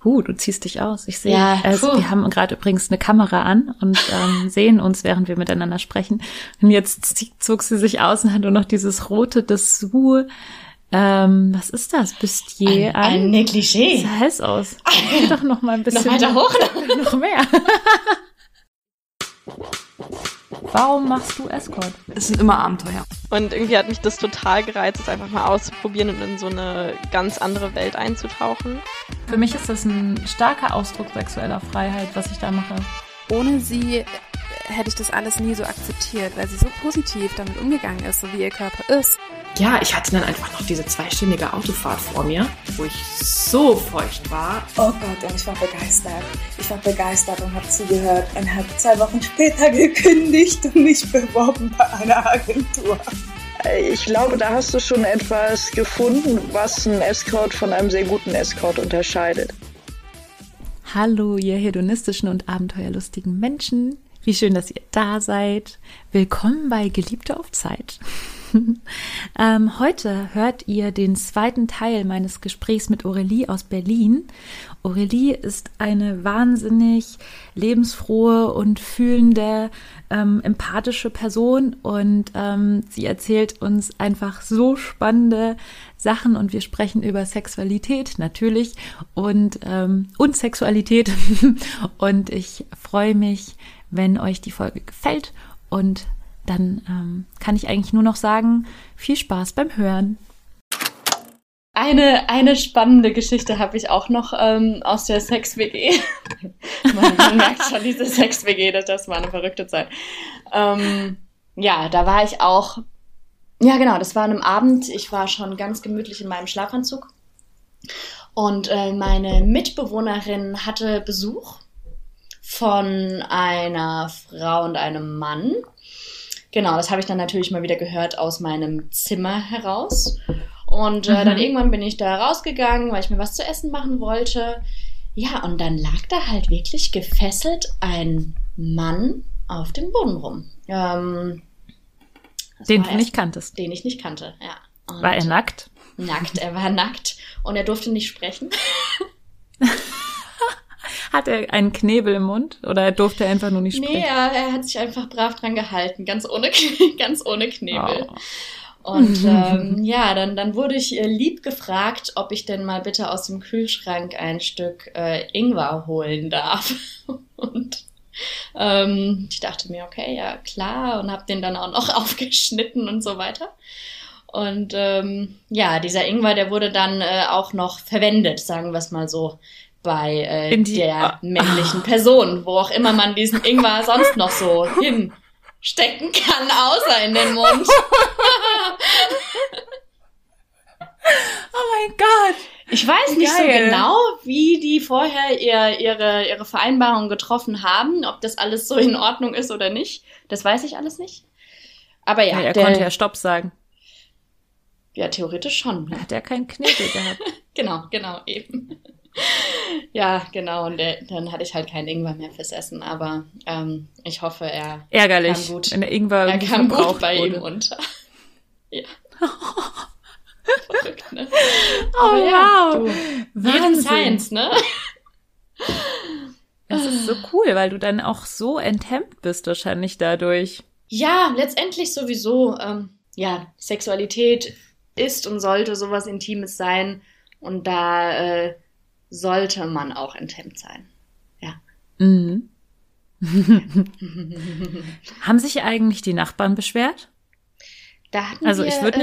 Du ziehst dich aus. Ich sehe. Ja, wir haben gerade übrigens eine Kamera an und sehen uns, während wir miteinander sprechen. Und jetzt zog sie sich aus und hat nur noch dieses rote Dessous. Was ist das? Bustier an? Ein Negligé. Sah heiß aus. Geh doch noch mal ein bisschen. Noch weiter hoch? Noch mehr. Warum machst du Escort? Es sind immer Abenteuer. Und irgendwie hat mich das total gereizt, es einfach mal auszuprobieren und in so eine ganz andere Welt einzutauchen. Für mich ist das ein starker Ausdruck sexueller Freiheit, was ich da mache. Ohne sie hätte ich das alles nie so akzeptiert, weil sie so positiv damit umgegangen ist, so wie ihr Körper ist. Ja, ich hatte dann einfach noch diese 2-stündige Autofahrt vor mir, wo ich so feucht war. Oh Gott, und ich war begeistert. Ich war begeistert und habe zugehört und habe 2 Wochen später gekündigt und mich beworben bei einer Agentur. Ich glaube, da hast du schon etwas gefunden, was einen Escort von einem sehr guten Escort unterscheidet. Hallo, ihr hedonistischen und abenteuerlustigen Menschen. Wie schön, dass ihr da seid. Willkommen bei Geliebte auf Zeit. Heute hört ihr den 2. Teil meines Gesprächs mit Aurélie aus Berlin. Aurélie ist eine wahnsinnig lebensfrohe und fühlende, empathische Person und sie erzählt uns einfach so spannende Sachen und wir sprechen über Sexualität natürlich und Sexualität und ich freue mich, wenn euch die Folge gefällt und dann kann ich eigentlich nur noch sagen, viel Spaß beim Hören. Eine spannende Geschichte habe ich auch noch aus der Sex-WG. Man merkt schon, diese Sex-WG, das war eine verrückte Zeit. Da war ich auch, ja genau, das war an einem Abend, ich war schon ganz gemütlich in meinem Schlafanzug und meine Mitbewohnerin hatte Besuch von einer Frau und einem Mann. Genau, das habe ich dann natürlich mal wieder gehört aus meinem Zimmer heraus. Und dann irgendwann bin ich da rausgegangen, weil ich mir was zu essen machen wollte. Ja, und dann lag da halt wirklich gefesselt ein Mann auf dem Boden rum. Den du nicht kanntest. Den ich nicht kannte, ja. Und war er nackt? Nackt, er war nackt und er durfte nicht sprechen. Hat er einen Knebel im Mund oder durfte er einfach nur nicht sprechen? Nee, er hat sich einfach brav dran gehalten, ganz ohne Knebel. Oh. Und dann wurde ich lieb gefragt, ob ich denn mal bitte aus dem Kühlschrank ein Stück Ingwer holen darf. Und ich dachte mir, okay, ja klar, und habe den dann auch noch aufgeschnitten und so weiter. Und dieser Ingwer, der wurde dann auch noch verwendet, sagen wir es mal so, bei der männlichen Person, wo auch immer man diesen Ingwer sonst noch so hinstecken kann, außer in den Mund. Oh mein Gott! Ich weiß nicht so genau, wie die vorher ihre Vereinbarung getroffen haben, ob das alles so in Ordnung ist oder nicht. Das weiß ich alles nicht. Aber ja. Er konnte ja Stopp sagen. Ja, theoretisch schon. Hat er keinen Knebel gehabt. Genau, eben. Ja, genau. Und dann hatte ich halt keinen Ingwer mehr fürs Essen, aber ich hoffe, er ärgerlich, kam gut. Wenn der Ingwer er kam gut bei wurde. ihm unter. Ja. Verrückt, ne? Oh, aber ja, wow. Jeden Science, ne? Das ist so cool, weil du dann auch so enthemmt bist wahrscheinlich dadurch. Ja, letztendlich sowieso. Sexualität ist und sollte sowas Intimes sein und da sollte man auch enthemmt sein. Ja. Mhm. Haben sich eigentlich die Nachbarn beschwert? Da hatten ich würde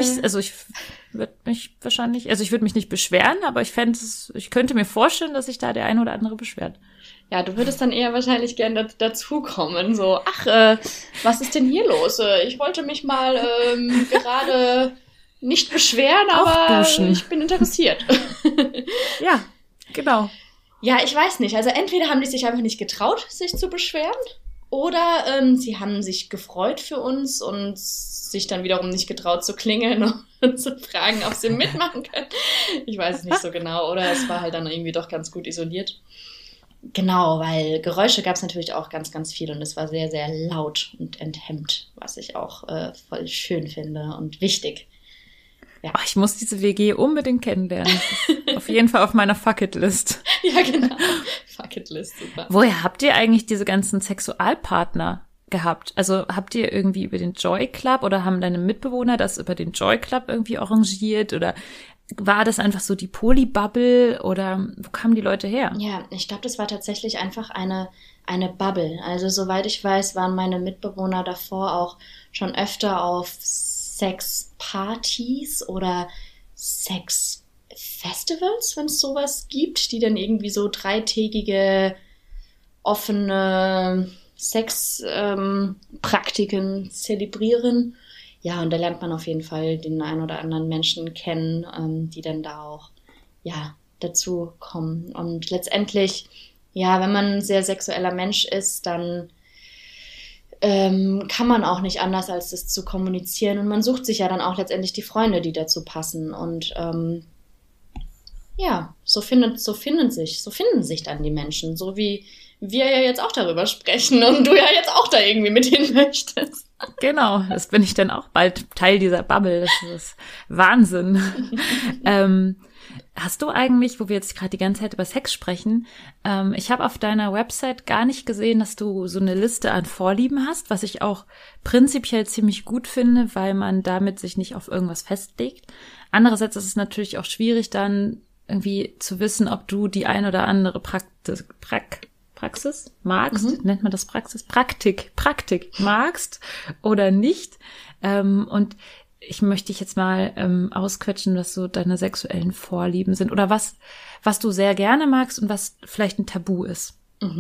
mich nicht beschweren, aber ich könnte mir vorstellen, dass sich da der ein oder andere beschwert. Ja, du würdest dann eher wahrscheinlich gerne dazukommen, so, was ist denn hier los? Ich wollte mich mal gerade nicht beschweren, aber aufduschen. Ich bin interessiert. Ja, genau. Ja, ich weiß nicht. Also entweder haben die sich einfach nicht getraut, sich zu beschweren, oder sie haben sich gefreut für uns und sich dann wiederum nicht getraut zu klingeln und zu fragen, ob sie mitmachen können. Ich weiß es nicht so genau. Oder es war halt dann irgendwie doch ganz gut isoliert. Genau, weil Geräusche gab es natürlich auch ganz, ganz viel und es war sehr, sehr laut und enthemmt, was ich auch voll schön finde und wichtig. Ja. Ich muss diese WG unbedingt kennenlernen. Das ist auf jeden Fall auf meiner Fuck-It-List. Ja, genau. Fuck-It-List, super. Woher habt ihr eigentlich diese ganzen Sexualpartner gehabt? Also habt ihr irgendwie über den Joy Club oder haben deine Mitbewohner das über den Joy Club irgendwie arrangiert oder war das einfach so die Poly-Bubble oder wo kamen die Leute her? Ja, ich glaube, das war tatsächlich einfach eine Bubble. Also soweit ich weiß, waren meine Mitbewohner davor auch schon öfter auf Sexpartys oder Sexfestivals, wenn es sowas gibt, die dann irgendwie so 3-tägige offene Sexpraktiken zelebrieren. Ja, und da lernt man auf jeden Fall den einen oder anderen Menschen kennen, die dann da auch, ja, dazu kommen. Und letztendlich, ja, wenn man ein sehr sexueller Mensch ist, dann kann man auch nicht anders, als das zu kommunizieren. Und man sucht sich ja dann auch letztendlich die Freunde, die dazu passen. Und ja, so finden sich dann die Menschen, so wie wir ja jetzt auch darüber sprechen und du ja jetzt auch da irgendwie mit hin möchtest. Genau, das bin ich dann auch bald Teil dieser Bubble. Das ist Wahnsinn. Hast du eigentlich, wo wir jetzt gerade die ganze Zeit über Sex sprechen, ich habe auf deiner Website gar nicht gesehen, dass du so eine Liste an Vorlieben hast, was ich auch prinzipiell ziemlich gut finde, weil man damit sich nicht auf irgendwas festlegt. Andererseits ist es natürlich auch schwierig, dann irgendwie zu wissen, ob du die ein oder andere Praxis magst, nennt man das Praxis? Praktik magst oder nicht. Und ich möchte dich jetzt mal ausquetschen, was so deine sexuellen Vorlieben sind oder was du sehr gerne magst und was vielleicht ein Tabu ist.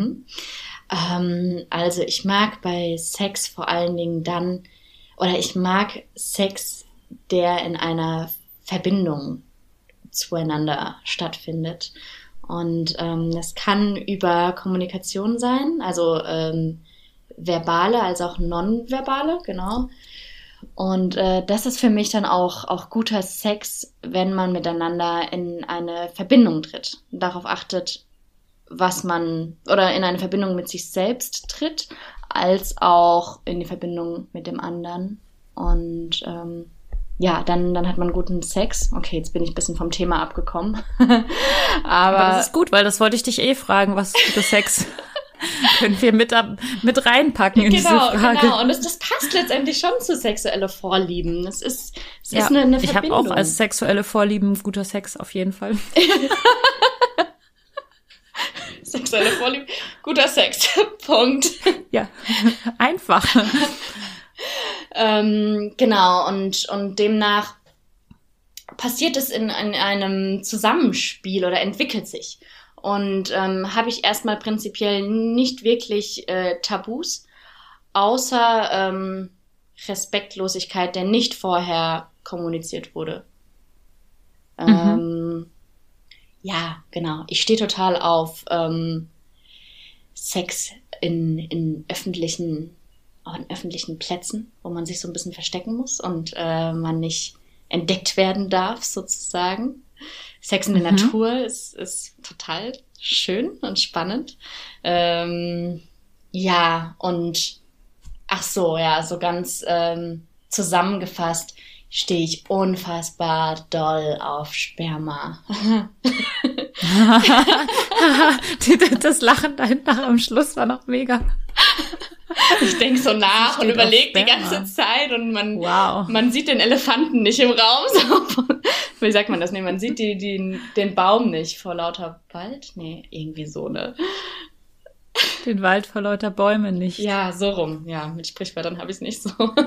Also ich mag bei Sex vor allen Dingen ich mag Sex, der in einer Verbindung zueinander stattfindet. Und das kann über Kommunikation sein, also verbale als auch nonverbale, genau. Und das ist für mich dann auch guter Sex, wenn man miteinander in eine Verbindung tritt. Darauf achtet, oder in eine Verbindung mit sich selbst tritt, als auch in die Verbindung mit dem anderen. Und ja, dann hat man guten Sex. Okay, jetzt bin ich ein bisschen vom Thema abgekommen. Aber das ist gut, weil das wollte ich dich fragen, was ist guter Sex? Können wir mit reinpacken in diese Frage. Genau. Und das passt letztendlich schon zu sexuelle Vorlieben. Es ist eine Verbindung. Ich habe auch als sexuelle Vorlieben guter Sex auf jeden Fall. Sexuelle Vorlieben, guter Sex. Punkt. Ja, einfach. Genau, und demnach passiert es in einem Zusammenspiel oder entwickelt sich. Und habe ich erstmal prinzipiell nicht wirklich Tabus, außer Respektlosigkeit, der nicht vorher kommuniziert wurde. Ja, genau. Ich stehe total auf Sex in öffentlichen Plätzen, wo man sich so ein bisschen verstecken muss und man nicht entdeckt werden darf, sozusagen. Sex in der Natur ist total schön und spannend. Ja, und so ganz zusammengefasst stehe ich unfassbar doll auf Sperma. Das Lachen dahinter am Schluss war noch mega. Ich denke so nach und überlege die ganze Zeit und man sieht den Elefanten nicht im Raum. So. Wie sagt man das? Nee, man sieht den Baum nicht vor lauter Wald. Nee, irgendwie so, ne? Den Wald vor lauter Bäumen nicht. Ja, so rum. Ja, mit Sprichwörtern habe ich es nicht so.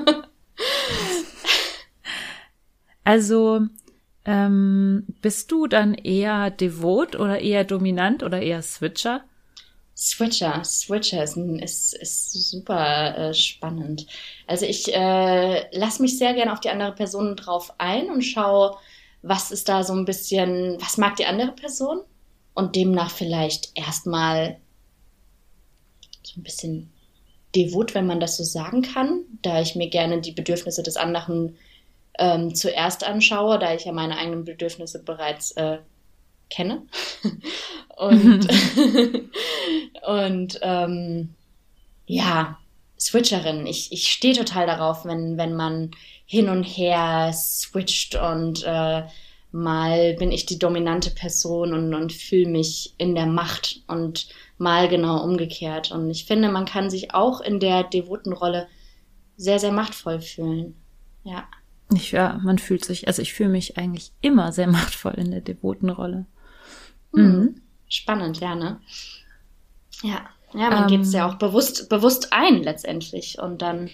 Also, bist du dann eher devot oder eher dominant oder eher Switcher? Switcher ist super spannend. Also ich lasse mich sehr gerne auf die andere Person drauf ein und schaue, was ist da so ein bisschen, was mag die andere Person? Und demnach vielleicht erstmal so ein bisschen devot, wenn man das so sagen kann, da ich mir gerne die Bedürfnisse des anderen zuerst anschaue, da ich ja meine eigenen Bedürfnisse bereits kenne. Und ja, Switcherin. Ich stehe total darauf, wenn man hin und her switcht und mal bin ich die dominante Person und fühle mich in der Macht und mal genau umgekehrt. Und ich finde, man kann sich auch in der devoten Rolle sehr, sehr machtvoll fühlen. Ja. Ja, man fühlt sich, also ich fühle mich eigentlich immer sehr machtvoll in der devoten Rolle. Spannend, ja, ne? Ja, man geht es ja auch bewusst ein letztendlich und dann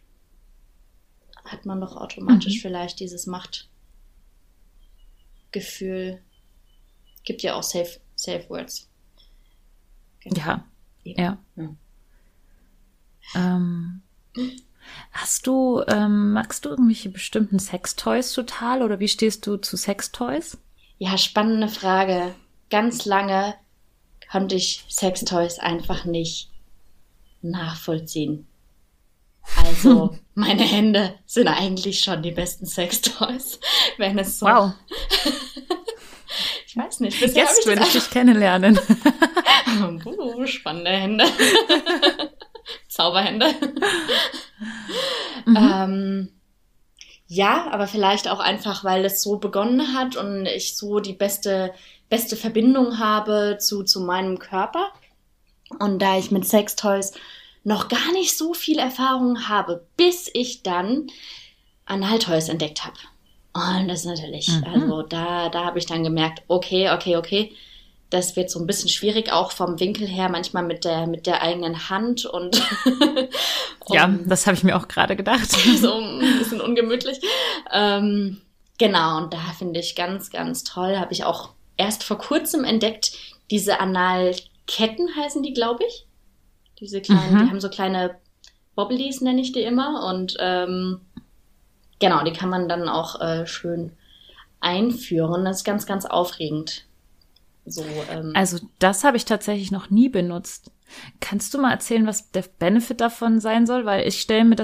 hat man doch automatisch vielleicht dieses Machtgefühl. Gibt ja auch Safe Words. Genau. Ja. Magst du irgendwelche bestimmten Sextoys total oder wie stehst du zu Sextoys? Ja, spannende Frage. Ganz lange konnte ich Sextoys einfach nicht nachvollziehen. Also, meine Hände sind eigentlich schon die besten Sextoys, wenn es so... Wow. Ich weiß nicht. Jetzt will ich dich kennenlernen. Spannende Hände. Zauberhände. Ja, aber vielleicht auch einfach, weil es so begonnen hat und ich so die beste Verbindung habe zu meinem Körper. Und da ich mit Sextoys noch gar nicht so viel Erfahrung habe, bis ich dann Analtoys entdeckt habe. Und das ist natürlich, also da habe ich dann gemerkt, okay, das wird so ein bisschen schwierig, auch vom Winkel her, manchmal mit der eigenen Hand und ja, das habe ich mir auch gerade gedacht. So ein bisschen ungemütlich. Genau, und da finde ich ganz, ganz toll, habe ich auch erst vor kurzem entdeckt, diese Analketten heißen die, glaube ich. Diese kleinen, die haben so kleine Bobblies, nenne ich die immer. Und genau, die kann man dann auch schön einführen. Das ist ganz, ganz aufregend. So, also das habe ich tatsächlich noch nie benutzt. Kannst du mal erzählen, was der Benefit davon sein soll? Weil ich stelle mir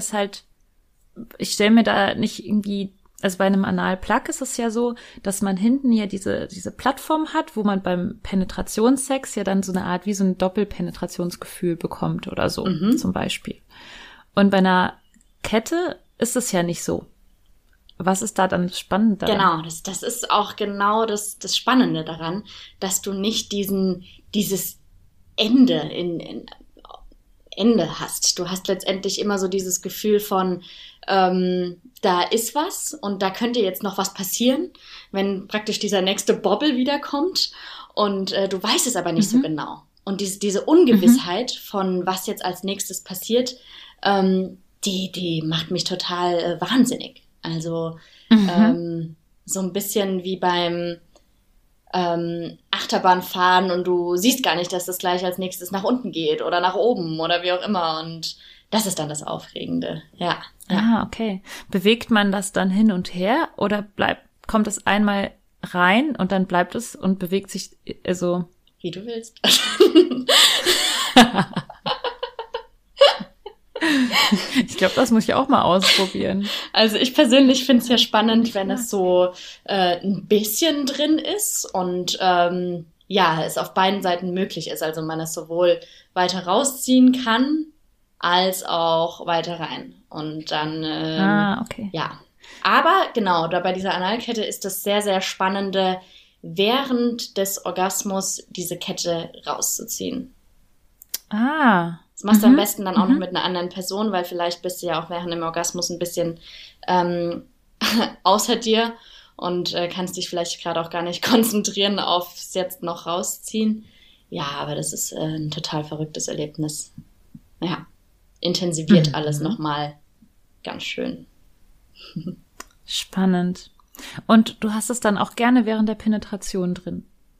da nicht irgendwie, also bei einem Analplug ist es ja so, dass man hinten ja diese Plattform hat, wo man beim Penetrationssex ja dann so eine Art wie so ein Doppelpenetrationsgefühl bekommt oder so zum Beispiel. Und bei einer Kette ist es ja nicht so. Was ist da dann spannend daran? Genau, das ist auch genau das Spannende daran, dass du nicht dieses Ende Ende hast. Du hast letztendlich immer so dieses Gefühl von, da ist was und da könnte jetzt noch was passieren, wenn praktisch dieser nächste Bobble wiederkommt und du weißt es aber nicht so genau. Und diese Ungewissheit von was jetzt als nächstes passiert, die macht mich total wahnsinnig. Also so ein bisschen wie beim Achterbahnfahren und du siehst gar nicht, dass das gleich als nächstes nach unten geht oder nach oben oder wie auch immer. Und das ist dann das Aufregende. Ja. Ah, okay. Bewegt man das dann hin und her oder kommt es einmal rein und dann bleibt es und bewegt sich so? Wie du willst. Ich glaube, das muss ich auch mal ausprobieren. Also ich persönlich finde es ja spannend, wenn es so ein bisschen drin ist und es auf beiden Seiten möglich ist. Also man es sowohl weiter rausziehen kann, als auch weiter rein. Und dann, okay. Ja. Aber genau, da bei dieser Analkette ist das sehr, sehr Spannende, während des Orgasmus diese Kette rauszuziehen. Das machst du am besten dann auch noch mit einer anderen Person, weil vielleicht bist du ja auch während dem Orgasmus ein bisschen außer dir und kannst dich vielleicht gerade auch gar nicht konzentrieren aufs jetzt noch rausziehen. Ja, aber das ist ein total verrücktes Erlebnis. Ja, intensiviert alles nochmal ganz schön. Spannend. Und du hast es dann auch gerne während der Penetration drin?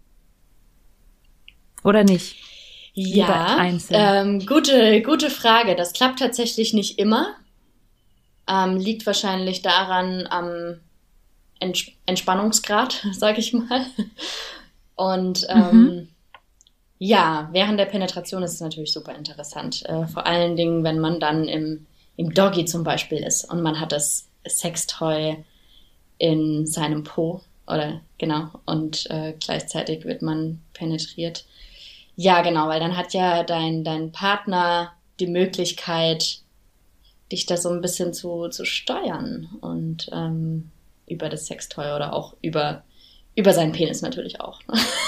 Oder nicht? Ja, gute Frage. Das klappt tatsächlich nicht immer. Liegt wahrscheinlich daran am Entspannungsgrad, sag ich mal. Und während der Penetration ist es natürlich super interessant. Vor allen Dingen, wenn man dann im Doggy zum Beispiel ist und man hat das Sextoy in seinem Po und gleichzeitig wird man penetriert. Ja, genau, weil dann hat ja dein Partner die Möglichkeit, dich da so ein bisschen zu steuern und über das Sextoy oder auch über seinen Penis natürlich auch.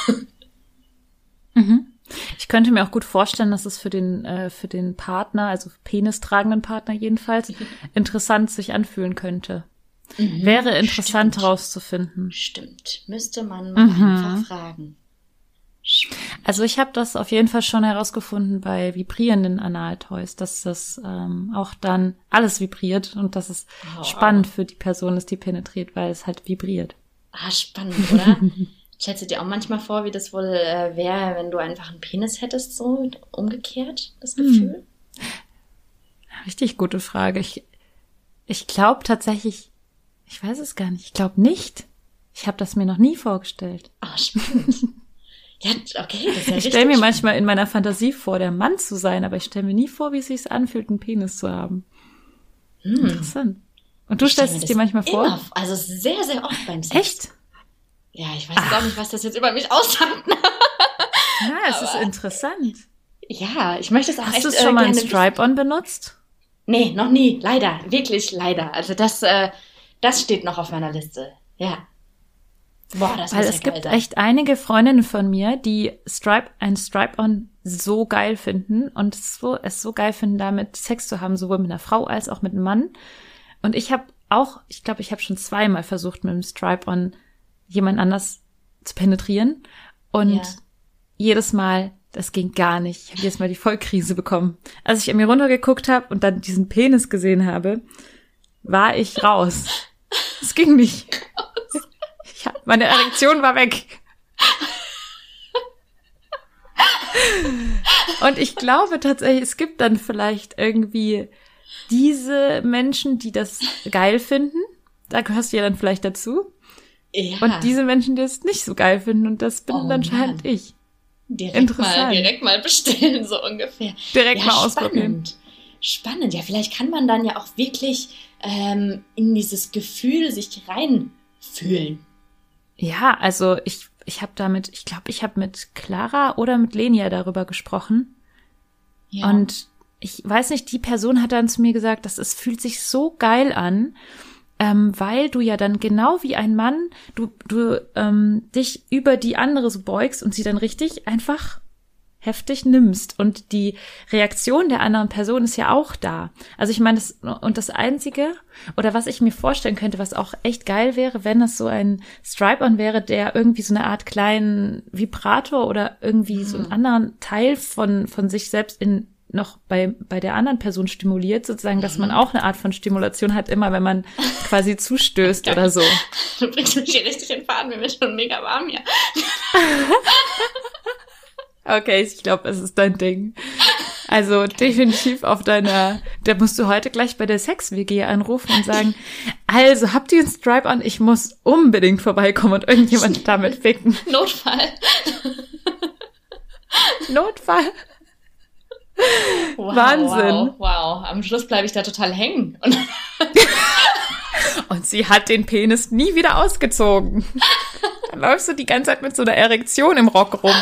Ich könnte mir auch gut vorstellen, dass es für den Partner, also penistragenden Partner jedenfalls, interessant sich anfühlen könnte. Wäre interessant herauszufinden. Stimmt. Müsste man mal einfach fragen. Also ich habe das auf jeden Fall schon herausgefunden bei vibrierenden Analtoys, dass das auch dann alles vibriert und dass es spannend für die Person ist, die penetriert, weil es halt vibriert. Spannend, oder? Stellst du dir auch manchmal vor, wie das wohl wäre, wenn du einfach einen Penis hättest, so umgekehrt, das Gefühl? Richtig gute Frage. Ich glaube tatsächlich, ich weiß es gar nicht, ich glaube nicht. Ich habe das mir noch nie vorgestellt. Spannend. Ja, okay, das ist ja Ich stelle mir manchmal in meiner Fantasie vor, der Mann zu sein, aber ich stelle mir nie vor, wie es sich anfühlt, einen Penis zu haben. Interessant. Und du stellst es dir manchmal vor? Also sehr, sehr oft beim Sex. Echt? Ja, ich weiß jetzt auch nicht, was das jetzt über mich aussagt. Ja, es ist interessant. Ja, ich möchte es auch Hast du schon mal ein Strap-on benutzt? Nee, noch nie. Leider. Wirklich leider. Also das steht noch auf meiner Liste. Ja. Boah, das Weil es gibt echt einige Freundinnen von mir, die ein Strap-on so geil finden und es so geil finden, damit Sex zu haben, sowohl mit einer Frau als auch mit einem Mann. Und ich glaube, ich habe schon 2-mal versucht, mit einem Strap-on jemand anders zu penetrieren. Und jedes Mal, das ging gar nicht. Ich habe jedes Mal die Vollkrise bekommen. Als ich an mir runtergeguckt habe und dann diesen Penis gesehen habe, war ich raus. Es ging nicht. Meine Erektion war weg. Und ich glaube tatsächlich, es gibt dann vielleicht irgendwie diese Menschen, die das geil finden. Da gehörst du ja dann vielleicht dazu. Ja. Und diese Menschen, die es nicht so geil finden. Und das bin anscheinend ich. Direkt mal bestellen, so ungefähr. Direkt mal ausprobieren. Spannend. Ja, vielleicht kann man dann ja auch wirklich in dieses Gefühl sich reinfühlen. Ja, also ich habe mit Clara oder mit Lenia darüber gesprochen. Ja. Und ich weiß nicht, die Person hat dann zu mir gesagt, es fühlt sich so geil an, weil du ja dann genau wie ein Mann, du dich über die andere so beugst und sie dann richtig einfach heftig nimmst. Und die Reaktion der anderen Person ist ja auch da. Also ich meine, das Einzige, oder was ich mir vorstellen könnte, was auch echt geil wäre, wenn das so ein Strap-on wäre, der irgendwie so eine Art kleinen Vibrator oder irgendwie so einen anderen Teil von sich selbst noch bei der anderen Person stimuliert, sozusagen, dass man auch eine Art von Stimulation hat, immer wenn man quasi zustößt oder so. Du bringst mich hier richtig in Faden, mir wird schon mega warm hier. Okay, ich glaube, es ist dein Ding. Also definitiv da musst du heute gleich bei der Sex-WG anrufen und sagen, also habt ihr einen Strap-on? Ich muss unbedingt vorbeikommen und irgendjemand damit ficken. Notfall. Wow, Wahnsinn. Wow. Am Schluss bleibe ich da total hängen. Und sie hat den Penis nie wieder ausgezogen. Dann läufst du die ganze Zeit mit so einer Erektion im Rock rum.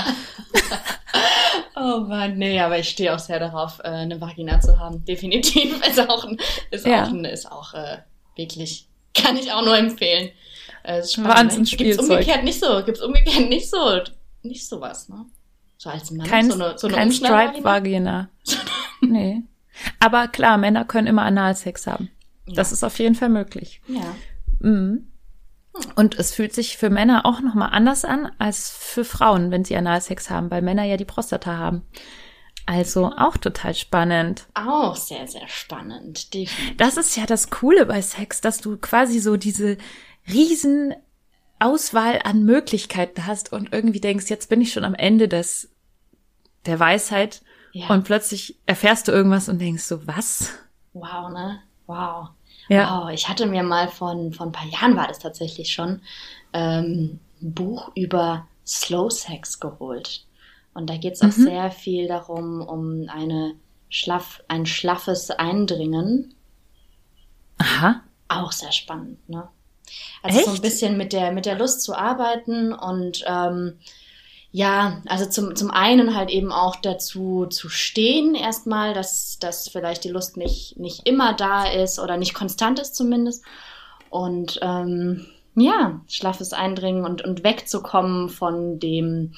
Oh Mann, nee, aber ich stehe auch sehr darauf, eine Vagina zu haben. Definitiv. Ist auch wirklich, kann ich auch nur empfehlen. Wahnsinnsspielzeug. Gibt's umgekehrt nicht sowas, ne? So als Mann, kein Umschnallvagina? Stripe-Vagina. Nee. Aber klar, Männer können immer Analsex haben. Ja. Das ist auf jeden Fall möglich. Ja. Mhm. Und es fühlt sich für Männer auch nochmal anders an als für Frauen, wenn sie Analsex haben, weil Männer ja die Prostata haben. Also auch total spannend. Auch sehr, sehr spannend. Definitiv. Das ist ja das Coole bei Sex, dass du quasi so diese riesen Auswahl an Möglichkeiten hast und irgendwie denkst, jetzt bin ich schon am Ende der Weisheit und plötzlich erfährst du irgendwas und denkst so, was? Wow, ne? Wow. Ja. Wow, ich hatte mir mal vor ein paar Jahren war das tatsächlich schon, ein Buch über Slow Sex geholt. Und da geht's auch sehr viel darum, um ein schlaffes Eindringen. Aha. Auch sehr spannend, ne? Also so ein bisschen mit der Lust zu arbeiten und Ja, also zum einen halt eben auch dazu zu stehen erstmal, dass vielleicht die Lust nicht immer da ist oder nicht konstant ist zumindest. Und schlaffes Eindringen und wegzukommen von dem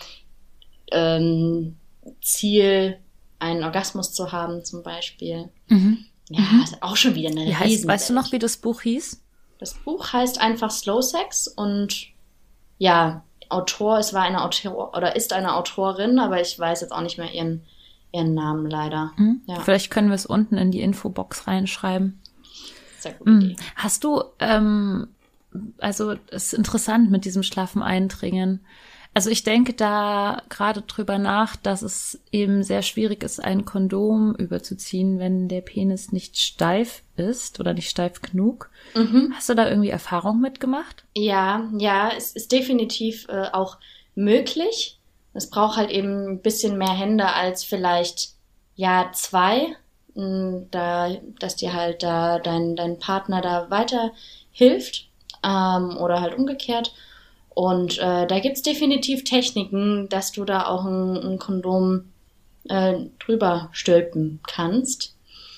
Ziel, einen Orgasmus zu haben zum Beispiel. Ja, ist auch schon wieder eine Riesenwelt. Weißt du noch, wie das Buch hieß? Das Buch heißt einfach Slow Sex und ja, ist eine Autorin, aber ich weiß jetzt auch nicht mehr ihren Namen leider. Ja. Vielleicht können wir es unten in die Infobox reinschreiben. Sehr gute Idee. Hast du, also es ist interessant mit diesem schlaffen Eindringen. Also ich denke da gerade drüber nach, dass es eben sehr schwierig ist, ein Kondom überzuziehen, wenn der Penis nicht steif ist oder nicht steif genug. Hast du da irgendwie Erfahrung mitgemacht? Ja, es ist definitiv auch möglich. Es braucht halt eben ein bisschen mehr Hände als vielleicht, 2, dass dir halt da dein Partner da weiterhilft oder halt umgekehrt. Und da gibt's definitiv Techniken, dass du da auch ein Kondom drüber stülpen kannst.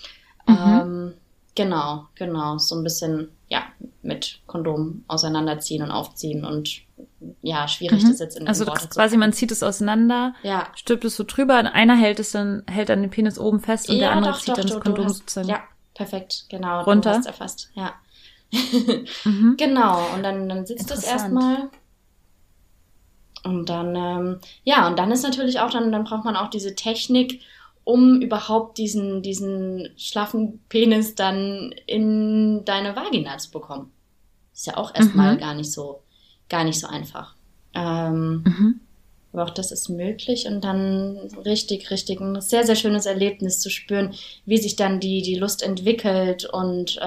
Genau, so ein bisschen, mit Kondom auseinanderziehen und aufziehen und schwierig das jetzt in den Worte zu quasi man zieht es auseinander, stülpt es so drüber, und einer hält dann den Penis oben fest und der andere zieht dann das Kondom sozusagen. Ja, perfekt, genau. Runter. Du hast erfasst, ja. Genau, und dann sitzt das erstmal. Und dann, und dann ist natürlich auch, dann braucht man auch diese Technik, um überhaupt diesen schlaffen Penis dann in deine Vagina zu bekommen. Ist ja auch erstmal gar nicht so einfach. Aber auch das ist möglich und dann richtig ein sehr, sehr schönes Erlebnis zu spüren, wie sich dann die Lust entwickelt und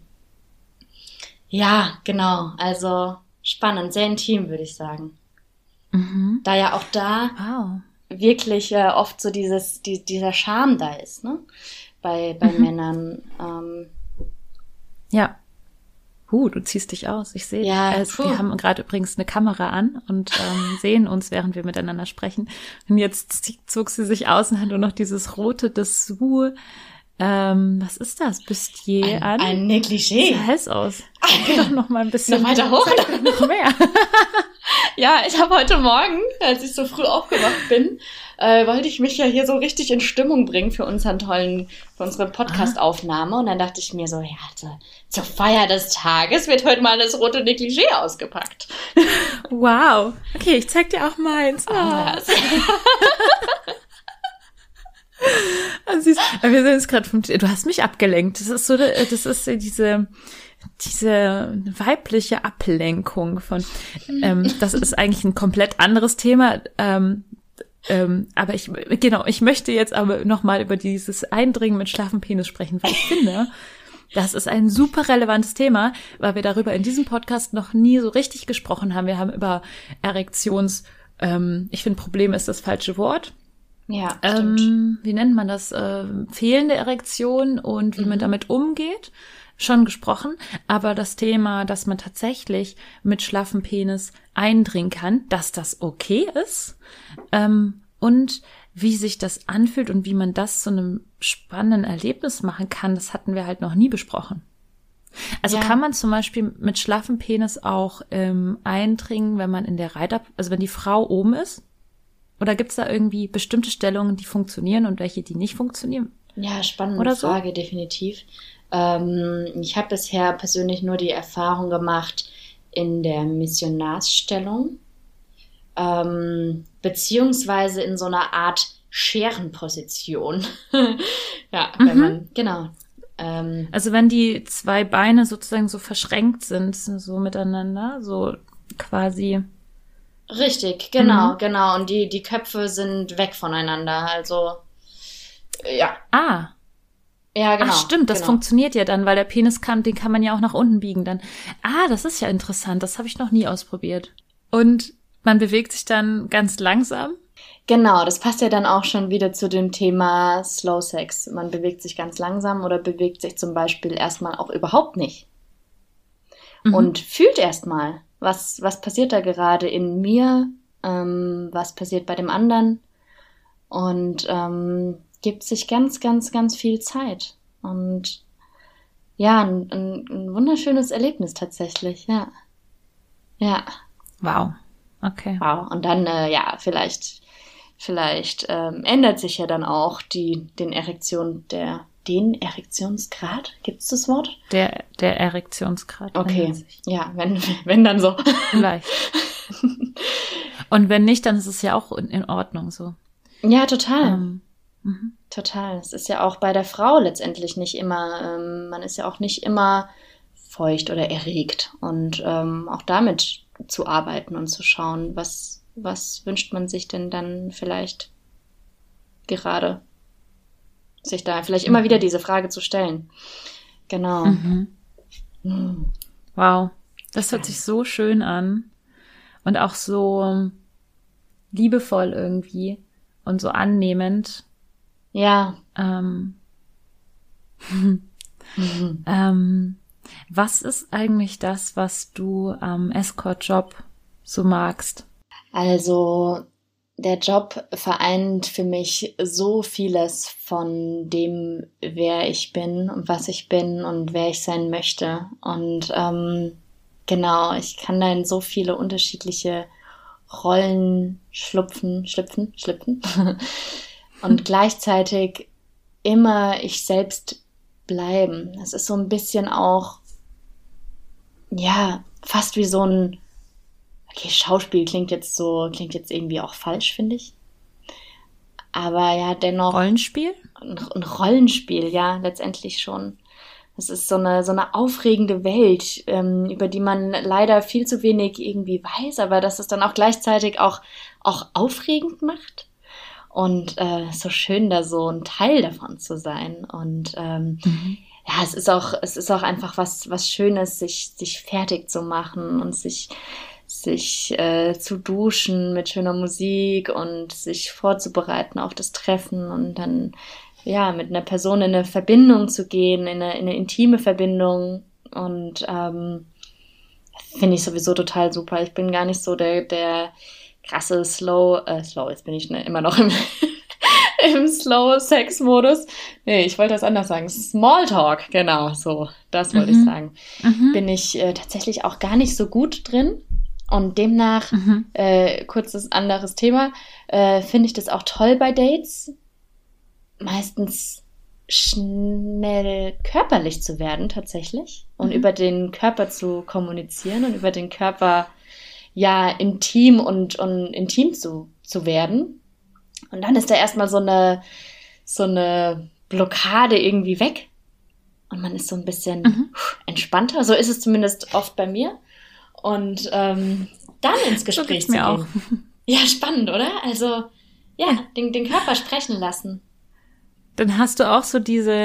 genau, also spannend, sehr intim, würde ich sagen. Da ja auch wirklich oft so dieser Charme da ist, ne? Bei Männern. Ja. Du ziehst dich aus. Ich sehe. Ja, wir haben gerade übrigens eine Kamera an und sehen uns, während wir miteinander sprechen. Und jetzt zog sie sich aus und hat nur noch dieses rote Dessous. Was ist das? Bustier an? Ein Negligé. Sieht heiß aus. Geh doch noch mal ein bisschen. Noch weiter hoch? Noch mehr. Ja, ich habe heute Morgen, als ich so früh aufgewacht bin, wollte ich mich ja hier so richtig in Stimmung bringen für unsere Podcast-Aufnahme. Und dann dachte ich mir so, zur Feier des Tages wird heute mal das rote Negligé ausgepackt. Wow. Okay, ich zeig dir auch meins. Wir sind jetzt gerade du hast mich abgelenkt. Das ist diese weibliche Ablenkung von, das ist eigentlich ein komplett anderes Thema, aber ich möchte jetzt aber nochmal über dieses Eindringen mit schlaffem Penis sprechen, weil ich finde, das ist ein super relevantes Thema, weil wir darüber in diesem Podcast noch nie so richtig gesprochen haben. Wir haben über ich finde Problem ist das falsche Wort. Ja, stimmt. Wie nennt man das? Fehlende Erektion und wie man damit umgeht. Schon gesprochen, aber das Thema, dass man tatsächlich mit schlaffem Penis eindringen kann, dass das okay ist und wie sich das anfühlt und wie man das zu einem spannenden Erlebnis machen kann, das hatten wir halt noch nie besprochen. Also kann man zum Beispiel mit schlaffem Penis auch eindringen, wenn man in der also wenn die Frau oben ist? Oder gibt es da irgendwie bestimmte Stellungen, die funktionieren und welche, die nicht funktionieren? Ja, spannende Frage, definitiv. Ich habe bisher persönlich nur die Erfahrung gemacht in der Missionarsstellung, beziehungsweise in so einer Art Scherenposition. Wenn man, genau. Also wenn die zwei Beine sozusagen so verschränkt sind, so miteinander, so quasi. Richtig, genau. Und die Köpfe sind weg voneinander, also, ja. Ja, genau. Ach, stimmt, das funktioniert ja dann, weil der Penis den kann man ja auch nach unten biegen dann. Das ist ja interessant, das habe ich noch nie ausprobiert. Und man bewegt sich dann ganz langsam? Genau, das passt ja dann auch schon wieder zu dem Thema Slow Sex. Man bewegt sich ganz langsam oder bewegt sich zum Beispiel erstmal auch überhaupt nicht. Und fühlt erstmal, was passiert da gerade in mir, was passiert bei dem anderen und gibt sich ganz, ganz, ganz viel Zeit. Und ja, ein wunderschönes Erlebnis tatsächlich, ja. Ja. Wow. Okay. Wow. Und dann, vielleicht ändert sich ja dann auch den Erektionsgrad, gibt's das Wort? Der Erektionsgrad. Okay, ja, wenn dann so. Vielleicht. Und wenn nicht, dann ist es ja auch in Ordnung so. Ja, total. Total. Es ist ja auch bei der Frau letztendlich nicht immer, man ist ja auch nicht immer feucht oder erregt. Und auch damit zu arbeiten und zu schauen, was wünscht man sich denn dann vielleicht gerade? Sich da vielleicht immer wieder diese Frage zu stellen. Genau. Wow. Das hört sich so schön an. Und auch so liebevoll irgendwie. Und so annehmend. Ja. Was ist eigentlich das, was du am Escort-Job so magst? Also, der Job vereint für mich so vieles von dem, wer ich bin und was ich bin und wer ich sein möchte. Und genau, ich kann da in so viele unterschiedliche Rollen schlüpfen und gleichzeitig immer ich selbst bleiben. Das ist so ein bisschen auch, ja, fast wie so ein, okay, Schauspiel klingt jetzt irgendwie auch falsch, finde ich. Aber ja, dennoch. Rollenspiel? Ein Rollenspiel, ja, letztendlich schon. Das ist so eine aufregende Welt, über die man leider viel zu wenig irgendwie weiß, aber dass es dann auch gleichzeitig auch aufregend macht. Und so schön, da so ein Teil davon zu sein. Und ja, es ist auch einfach was Schönes, sich fertig zu machen und sich zu duschen mit schöner Musik und sich vorzubereiten auf das Treffen und dann ja mit einer Person in eine Verbindung zu gehen, in eine intime Verbindung. Und finde ich sowieso total super. Ich bin gar nicht so der krasse Slow, jetzt bin ich immer noch im Slow-Sex-Modus. Nee, ich wollte das anders sagen. Smalltalk, genau, so, das wollte ich sagen. Bin ich tatsächlich auch gar nicht so gut drin. Und demnach, kurzes anderes Thema, finde ich das auch toll bei Dates, meistens schnell körperlich zu werden tatsächlich und über den Körper zu kommunizieren und über den Körper ja intim und intim zu werden. Und dann ist da erstmal so eine Blockade irgendwie weg und man ist so ein bisschen entspannter. So ist es zumindest oft bei mir. Und dann ins Gespräch zu gehen. Auch. Ja, spannend, oder? Also ja, den Körper sprechen lassen. Dann hast du auch so diese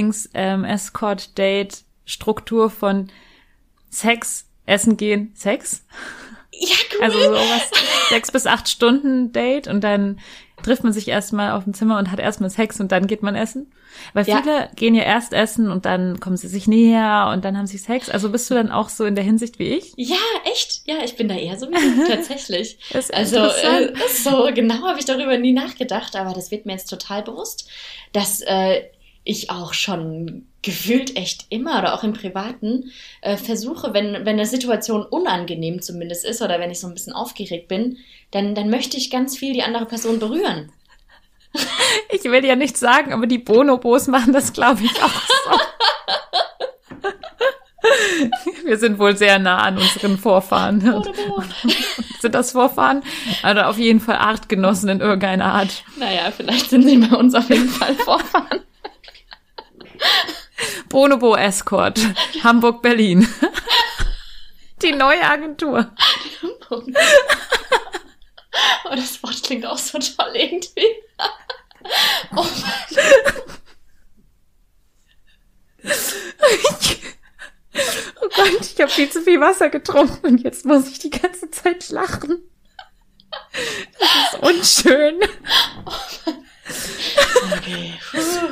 Lieblings-Escort-Date-Struktur von Sex, Essen gehen, Sex? Ja, cool. Also sowas 6 bis 8 Stunden Date und dann trifft man sich erstmal auf dem Zimmer und hat erstmal Sex und dann geht man essen. Weil viele gehen ja erst essen und dann kommen sie sich näher und dann haben sie Sex. Also bist du dann auch so in der Hinsicht wie ich? Ja, echt? Ja, ich bin da eher so wie du, tatsächlich. So genau habe ich darüber nie nachgedacht, aber das wird mir jetzt total bewusst, dass ich auch schon gefühlt echt immer oder auch im Privaten versuche, wenn eine Situation unangenehm zumindest ist oder wenn ich so ein bisschen aufgeregt bin, dann möchte ich ganz viel die andere Person berühren. Ich will ja nichts sagen, aber die Bonobos machen das, glaube ich, auch so. Wir sind wohl sehr nah an unseren Vorfahren. Bonobo. Sind das Vorfahren? Also auf jeden Fall Artgenossen in irgendeiner Art. Naja, vielleicht sind sie bei uns auf jeden Fall Vorfahren. Bonobo Escort, Hamburg, Berlin. Die neue Agentur. Oh, das Wort klingt auch so toll irgendwie. Oh Mann. Oh Gott, ich habe viel zu viel Wasser getrunken und jetzt muss ich die ganze Zeit lachen. Das ist unschön. Okay.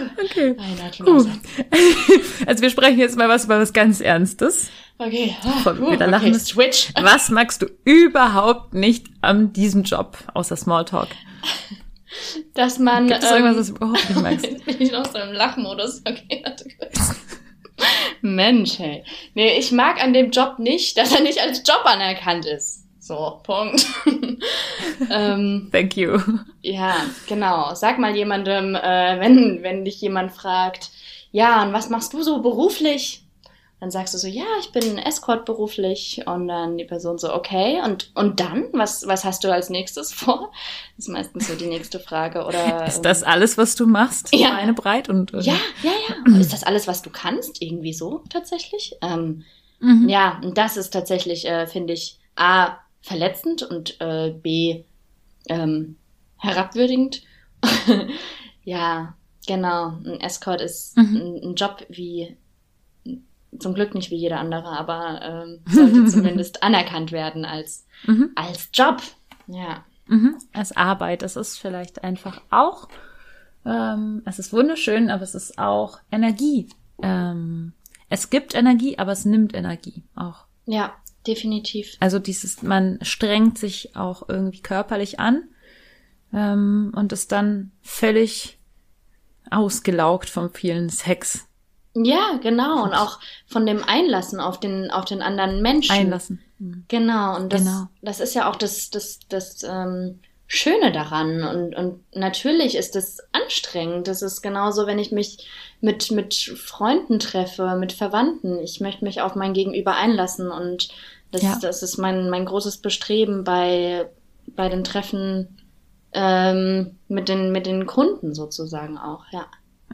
Okay. Puh. Also wir sprechen jetzt mal über was ganz Ernstes. Okay. Wieder lachen. Okay, Switch. Was magst du überhaupt nicht an diesem Job, außer Smalltalk? Dass man... Gibt es irgendwas, was du überhaupt nicht magst? Jetzt bin ich noch so im Lachmodus. Okay, warte kurz. Mensch, hey. Nee, ich mag an dem Job nicht, dass er nicht als Job anerkannt ist. So, Punkt. Thank you. Ja, genau. Sag mal jemandem, wenn dich jemand fragt, ja, und was machst du so beruflich? Dann sagst du so, ja, ich bin Escort beruflich. Und dann die Person so, okay. Und dann? Was hast du als nächstes vor? Das ist meistens so die nächste Frage. Oder ist das alles, was du machst? Ja. Beine breit und Ja. Ist das alles, was du kannst? Irgendwie so tatsächlich? Ja, und das ist tatsächlich, finde ich, A, verletzend und B, herabwürdigend. Ja, genau. Ein Escort ist ein Job wie, zum Glück nicht wie jeder andere, aber sollte zumindest anerkannt werden als Job. Ja. als Arbeit. Es ist vielleicht einfach auch, es ist wunderschön, aber es ist auch Energie. Es gibt Energie, aber es nimmt Energie auch. Ja, definitiv. Also man strengt sich auch irgendwie körperlich an und ist dann völlig ausgelaugt vom vielen Sex. Ja, genau. Und auch von dem Einlassen auf den anderen Menschen. Einlassen. Genau. Und das ist ja auch das Schöne daran. Und natürlich ist es anstrengend. Das ist genauso, wenn ich mich mit Freunden treffe, mit Verwandten. Ich möchte mich auf mein Gegenüber einlassen. Und das ist mein großes Bestreben bei den Treffen mit den Kunden sozusagen auch, ja.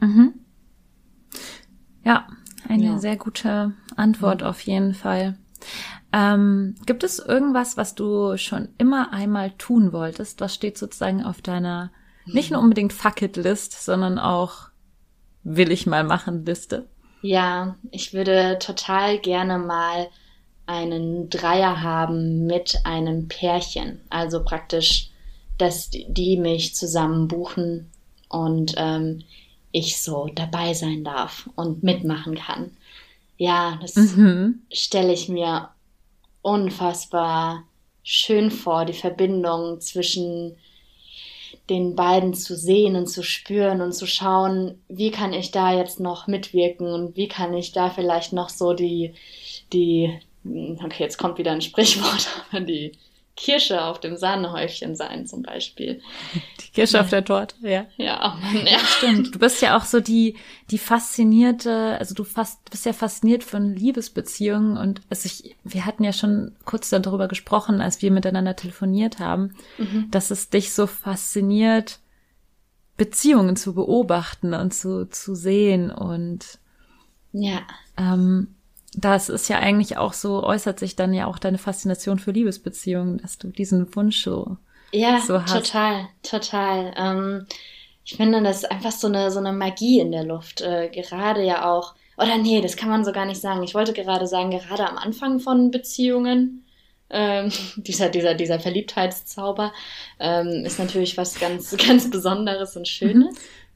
Ja, eine sehr gute Antwort auf jeden Fall. Gibt es irgendwas, was du schon immer einmal tun wolltest? Was steht sozusagen auf deiner, nicht nur unbedingt Fuck-it-List, sondern auch will ich mal machen Liste? Ja, ich würde total gerne mal einen Dreier haben mit einem Pärchen. Also praktisch, dass die mich zusammen buchen und ich so dabei sein darf und mitmachen kann. Ja, das stelle ich mir unfassbar schön vor, die Verbindung zwischen den beiden zu sehen und zu spüren und zu schauen, wie kann ich da jetzt noch mitwirken und wie kann ich da vielleicht noch so okay, jetzt kommt wieder ein Sprichwort, aber die Kirsche auf dem Sahnehäufchen sein zum Beispiel. Die Kirsche auf der Torte, ja. Ja, stimmt. Du bist ja auch so die faszinierte, also bist ja fasziniert von Liebesbeziehungen und wir hatten ja schon kurz darüber gesprochen, als wir miteinander telefoniert haben, dass es dich so fasziniert, Beziehungen zu beobachten und zu sehen und ja. Das ist ja eigentlich auch so, äußert sich dann ja auch deine Faszination für Liebesbeziehungen, dass du diesen Wunsch so hast. Total. Ich finde, das ist einfach so eine Magie in der Luft. Gerade ja auch, oder nee, das kann man so gar nicht sagen. Ich wollte gerade sagen, gerade am Anfang von Beziehungen, dieser Verliebtheitszauber, ist natürlich was ganz, ganz Besonderes und Schönes.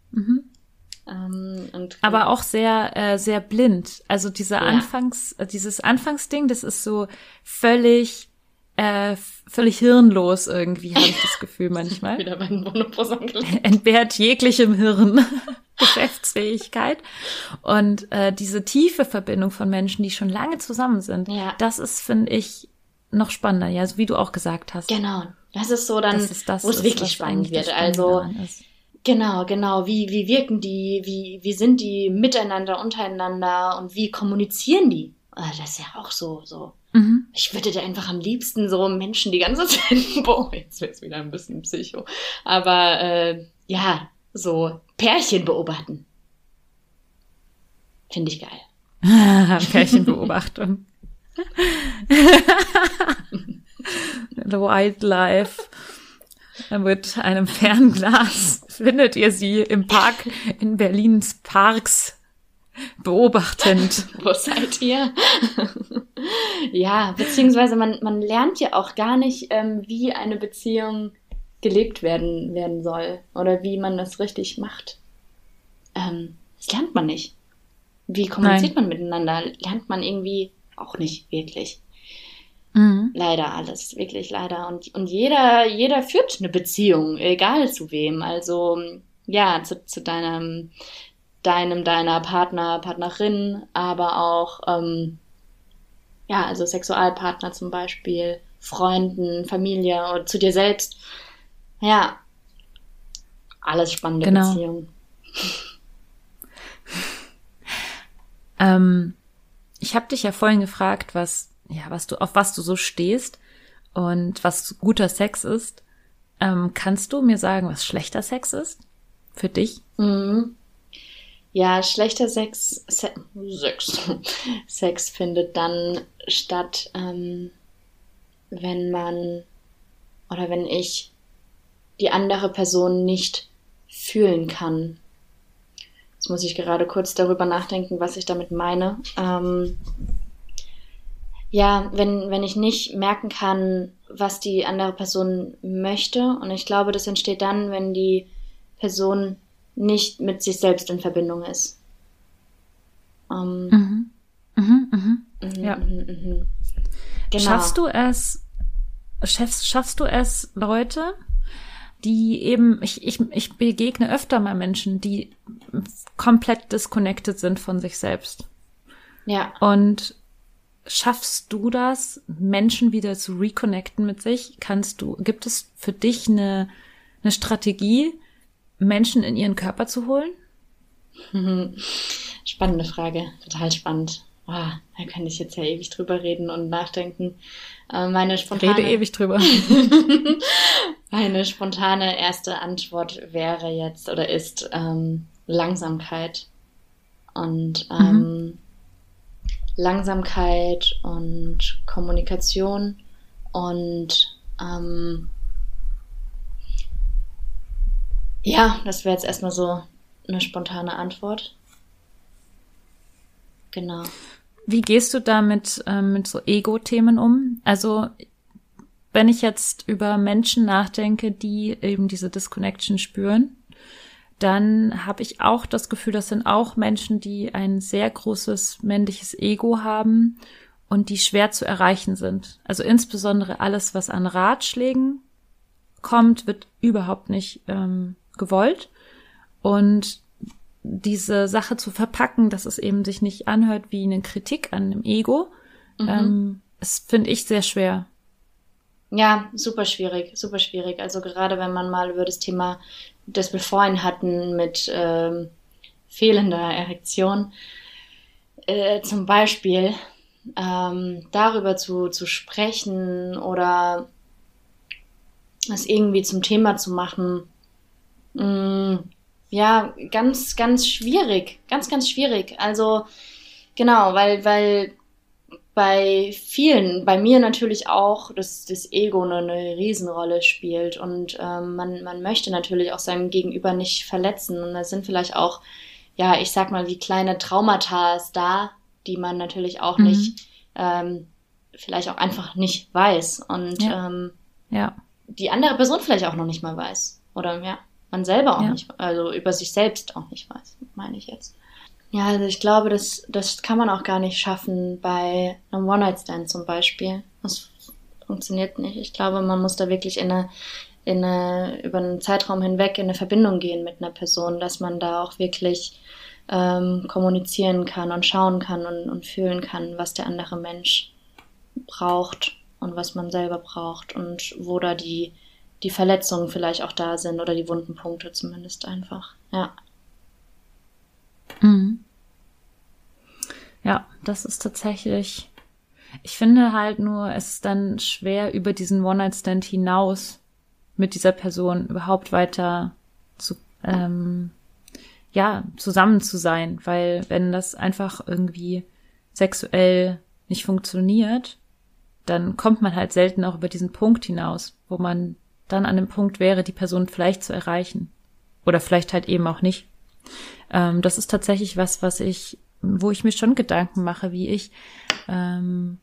Aber auch sehr, sehr blind. Also dieses Anfangsding, das ist so völlig hirnlos irgendwie, habe ich das Gefühl manchmal. Wieder bei den Bonobos angelegt. Entbehrt jeglichem Hirn, Geschäftsfähigkeit. Und diese tiefe Verbindung von Menschen, die schon lange zusammen sind, das ist, finde ich, noch spannender. Ja, so wie du auch gesagt hast. Genau. Das ist so dann, wo es wirklich spannend wird. Also Genau. Wie wirken die? Wie sind die miteinander, untereinander und wie kommunizieren die? Das ist ja auch so. Ich würde da einfach am liebsten so Menschen die ganze Zeit, jetzt wird's wieder ein bisschen psycho, aber so Pärchen beobachten. Finde ich geil. Pärchenbeobachtung. The Wildlife. Mit einem Fernglas findet ihr sie im Park in Berlins Parks beobachtend. Wo seid ihr? Ja, beziehungsweise man lernt ja auch gar nicht, wie eine Beziehung gelebt werden soll oder wie man das richtig macht. Das lernt man nicht. Wie kommuniziert man miteinander? Lernt man irgendwie auch nicht wirklich. Leider alles, wirklich leider. Und jeder führt eine Beziehung, egal zu wem. Also, ja, zu deiner Partner, Partnerin, aber auch, also Sexualpartner zum Beispiel, Freunden, Familie oder zu dir selbst. Ja, alles spannende Beziehungen. Ich habe dich ja vorhin gefragt, auf was du so stehst und was guter Sex ist. Kannst du mir sagen, was schlechter Sex ist? Für dich? Ja, schlechter Sex findet dann statt, wenn ich die andere Person nicht fühlen kann. Jetzt muss ich gerade kurz darüber nachdenken, was ich damit meine. Wenn ich nicht merken kann, was die andere Person möchte. Und ich glaube, das entsteht dann, wenn die Person nicht mit sich selbst in Verbindung ist. Ja. Genau. Schaffst du es, Leute, die eben, ich begegne öfter mal Menschen, die komplett disconnected sind von sich selbst. Ja. Und schaffst du das, Menschen wieder zu reconnecten mit sich? Gibt es für dich eine Strategie, Menschen in ihren Körper zu holen? Spannende Frage, total spannend. Da kann ich jetzt ja ewig drüber reden und nachdenken. Rede ewig drüber. Meine spontane erste Antwort wäre jetzt oder ist Langsamkeit. Und Langsamkeit und Kommunikation und das wäre jetzt erstmal so eine spontane Antwort. Genau. Wie gehst du da mit so Ego-Themen um? Also wenn ich jetzt über Menschen nachdenke, die eben diese Disconnection spüren, dann habe ich auch das Gefühl, das sind auch Menschen, die ein sehr großes männliches Ego haben und die schwer zu erreichen sind. Also insbesondere alles, was an Ratschlägen kommt, wird überhaupt nicht gewollt. Und diese Sache zu verpacken, dass es eben sich nicht anhört wie eine Kritik an dem Ego, das finde ich sehr schwer. Ja, super schwierig, super schwierig. Also gerade wenn man mal über das Thema, das wir vorhin hatten mit fehlender Erektion, zum Beispiel darüber zu sprechen oder es irgendwie zum Thema zu machen, ganz, ganz schwierig. Ganz, ganz schwierig. Also, genau, weil bei vielen, bei mir natürlich auch, das Ego eine Riesenrolle spielt und man möchte natürlich auch seinem Gegenüber nicht verletzen und da sind vielleicht auch, ich sag mal, wie kleine Traumata da, die man natürlich auch nicht, vielleicht auch einfach nicht weiß und die andere Person vielleicht auch noch nicht mal weiß oder man selber auch nicht, also über sich selbst auch nicht weiß, meine ich jetzt. Ja, also ich glaube, das kann man auch gar nicht schaffen bei einem One-Night-Stand zum Beispiel. Das funktioniert nicht. Ich glaube, man muss da wirklich über einen Zeitraum hinweg in eine Verbindung gehen mit einer Person, dass man da auch wirklich kommunizieren kann und schauen kann und fühlen kann, was der andere Mensch braucht und was man selber braucht und wo da die Verletzungen vielleicht auch da sind oder die wunden Punkte zumindest einfach, ja. Ja, das ist tatsächlich, ich finde halt nur, es ist dann schwer, über diesen One-Night-Stand hinaus mit dieser Person überhaupt weiter zusammen zu sein, weil wenn das einfach irgendwie sexuell nicht funktioniert, dann kommt man halt selten auch über diesen Punkt hinaus, wo man dann an dem Punkt wäre, die Person vielleicht zu erreichen. Oder vielleicht halt eben auch nicht. Das ist tatsächlich wo ich mir schon Gedanken mache, wie ich in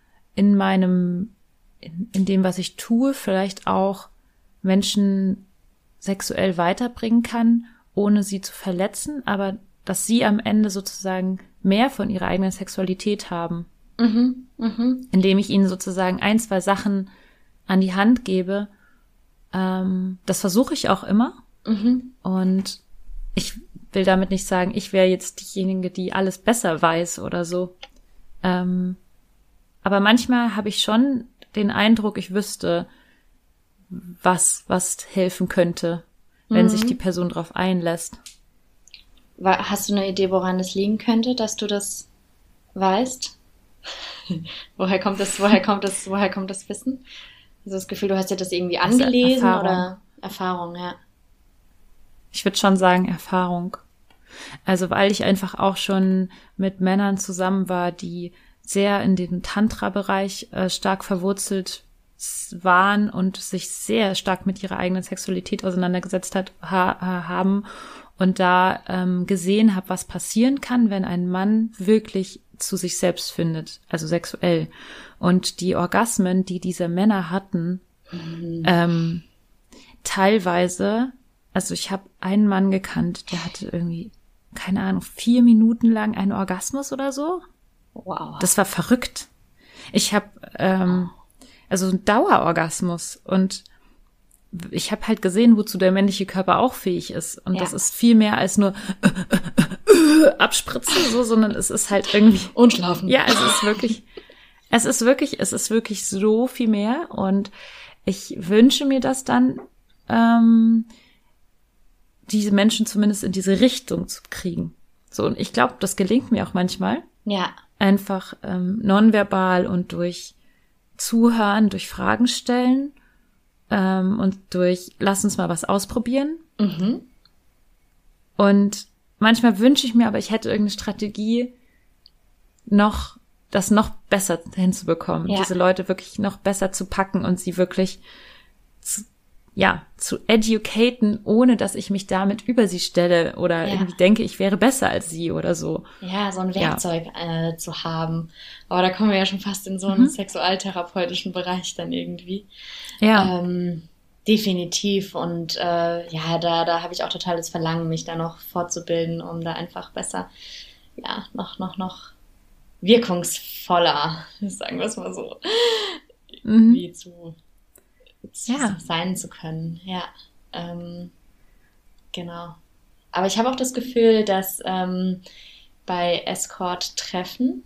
dem, was ich tue, vielleicht auch Menschen sexuell weiterbringen kann, ohne sie zu verletzen, aber dass sie am Ende sozusagen mehr von ihrer eigenen Sexualität haben. Indem ich ihnen sozusagen 1, 2 Sachen an die Hand gebe. Das versuche ich auch immer. Und ich will damit nicht sagen, ich wäre jetzt diejenige, die alles besser weiß oder so. Aber manchmal habe ich schon den Eindruck, ich wüsste, was helfen könnte, wenn sich die Person drauf einlässt. Hast du eine Idee, woran es liegen könnte, dass du das weißt? Woher kommt das Wissen? Also das Gefühl, du hast dir das irgendwie angelesen oder Erfahrung, ja. Ich würde schon sagen Erfahrung. Also weil ich einfach auch schon mit Männern zusammen war, die sehr in dem Tantra-Bereich stark verwurzelt waren und sich sehr stark mit ihrer eigenen Sexualität auseinandergesetzt haben und da gesehen habe, was passieren kann, wenn ein Mann wirklich zu sich selbst findet, also sexuell. Und die Orgasmen, die diese Männer hatten, teilweise, also ich habe einen Mann gekannt, der hatte irgendwie, keine Ahnung, 4 Minuten lang einen Orgasmus oder so. Wow. Das war verrückt. Ich habe also einen Dauerorgasmus und ich habe halt gesehen, wozu der männliche Körper auch fähig ist. Und das ist viel mehr als nur abspritzen, so, sondern es ist halt irgendwie und schlafen. Ja, es ist wirklich so viel mehr. Und ich wünsche mir das dann, diese Menschen zumindest in diese Richtung zu kriegen. So, und ich glaube, das gelingt mir auch manchmal. Ja. Einfach nonverbal und durch Zuhören, durch Fragen stellen und durch lass uns mal was ausprobieren. Und manchmal wünsche ich mir, aber ich hätte irgendeine Strategie, das noch besser hinzubekommen, diese Leute wirklich noch besser zu packen und sie wirklich zu educaten, ohne dass ich mich damit über sie stelle oder irgendwie denke, ich wäre besser als sie oder so. Ja, so ein Werkzeug zu haben. Aber da kommen wir ja schon fast in so einen sexualtherapeutischen Bereich dann irgendwie. Ja. Definitiv. Und da habe ich auch totales Verlangen, mich da noch fortzubilden, um da einfach besser, noch wirkungsvoller, sagen wir es mal so, irgendwie sein zu können. Ja, genau. Aber ich habe auch das Gefühl, dass bei Escort-Treffen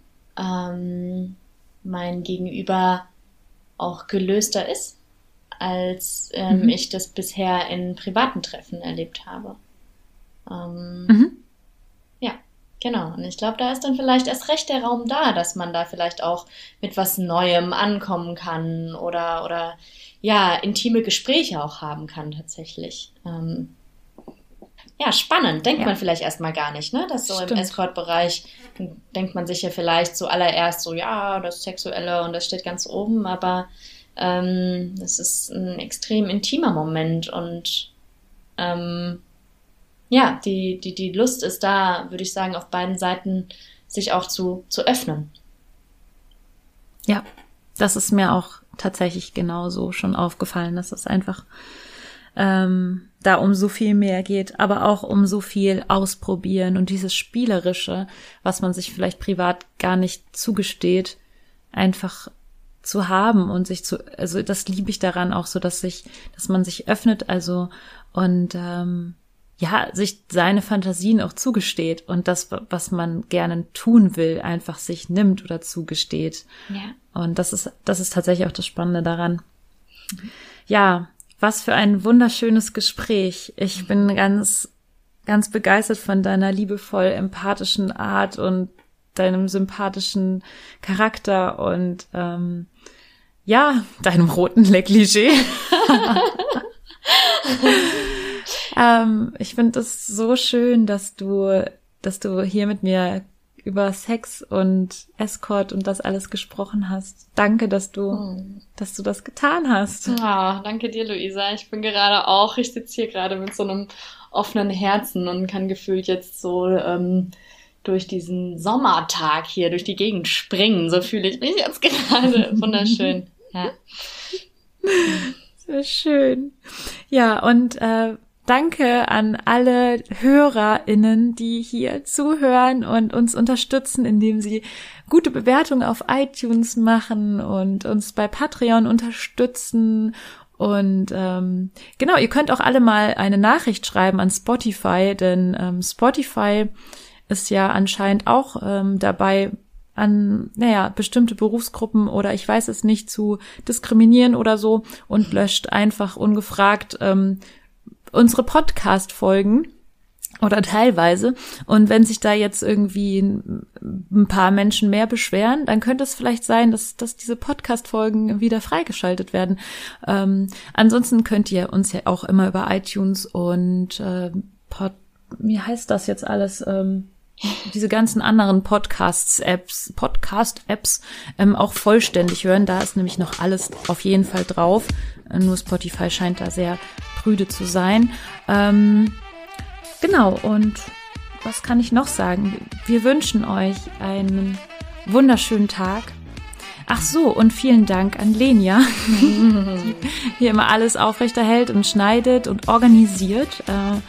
mein Gegenüber auch gelöster ist, als ich das bisher in privaten Treffen erlebt habe. Ja, genau. Und ich glaube, da ist dann vielleicht erst recht der Raum da, dass man da vielleicht auch mit was Neuem ankommen kann oder intime Gespräche auch haben kann tatsächlich. Spannend. Denkt man vielleicht erstmal gar nicht, ne? Dass so im Escort-Bereich denkt man sich ja vielleicht zuallererst so, das Sexuelle und das steht ganz oben, aber das ist ein extrem intimer Moment und die Lust ist da, würde ich sagen, auf beiden Seiten sich auch zu öffnen. Ja, das ist mir auch tatsächlich genauso schon aufgefallen, dass es einfach da um so viel mehr geht, aber auch um so viel ausprobieren und dieses Spielerische, was man sich vielleicht privat gar nicht zugesteht, einfach zu haben und also das liebe ich daran auch so, dass man sich öffnet, also und sich seine Fantasien auch zugesteht und das, was man gerne tun will, einfach sich nimmt oder zugesteht. Ja. Und das ist tatsächlich auch das Spannende daran. Ja, was für ein wunderschönes Gespräch. Ich bin ganz, ganz begeistert von deiner liebevoll empathischen Art und deinem sympathischen Charakter und deinem roten Negligé. Ich finde es so schön, dass du hier mit mir über Sex und Escort und das alles gesprochen hast. Danke, dass du das getan hast. Ja, danke dir, Luisa. Ich sitze hier gerade mit so einem offenen Herzen und kann gefühlt jetzt so durch diesen Sommertag hier durch die Gegend springen. So fühle ich mich jetzt gerade. Wunderschön. Ja. Sehr schön. Ja, und danke an alle HörerInnen, die hier zuhören und uns unterstützen, indem sie gute Bewertungen auf iTunes machen und uns bei Patreon unterstützen. Und genau, ihr könnt auch alle mal eine Nachricht schreiben an Spotify, denn Spotify ist ja anscheinend auch dabei, an, bestimmte Berufsgruppen oder ich weiß es nicht, zu diskriminieren oder so und löscht einfach ungefragt unsere Podcast-Folgen oder teilweise. Und wenn sich da jetzt irgendwie ein paar Menschen mehr beschweren, dann könnte es vielleicht sein, dass diese Podcast-Folgen wieder freigeschaltet werden. Ansonsten könnt ihr uns ja auch immer über iTunes und wie heißt das jetzt alles? Diese ganzen anderen Podcast-Apps auch vollständig hören. Da ist nämlich noch alles auf jeden Fall drauf. Nur Spotify scheint da sehr prüde zu sein. Genau, und was kann ich noch sagen? Wir wünschen euch einen wunderschönen Tag. Ach so, und vielen Dank an Lenia, die hier immer alles aufrechterhält und schneidet und organisiert.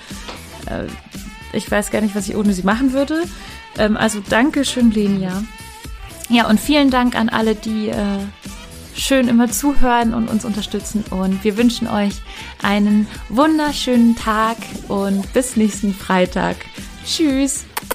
Ich weiß gar nicht, was ich ohne sie machen würde. Also danke schön, Lenia. Ja, und vielen Dank an alle, die schön immer zuhören und uns unterstützen. Und wir wünschen euch einen wunderschönen Tag und bis nächsten Freitag. Tschüss.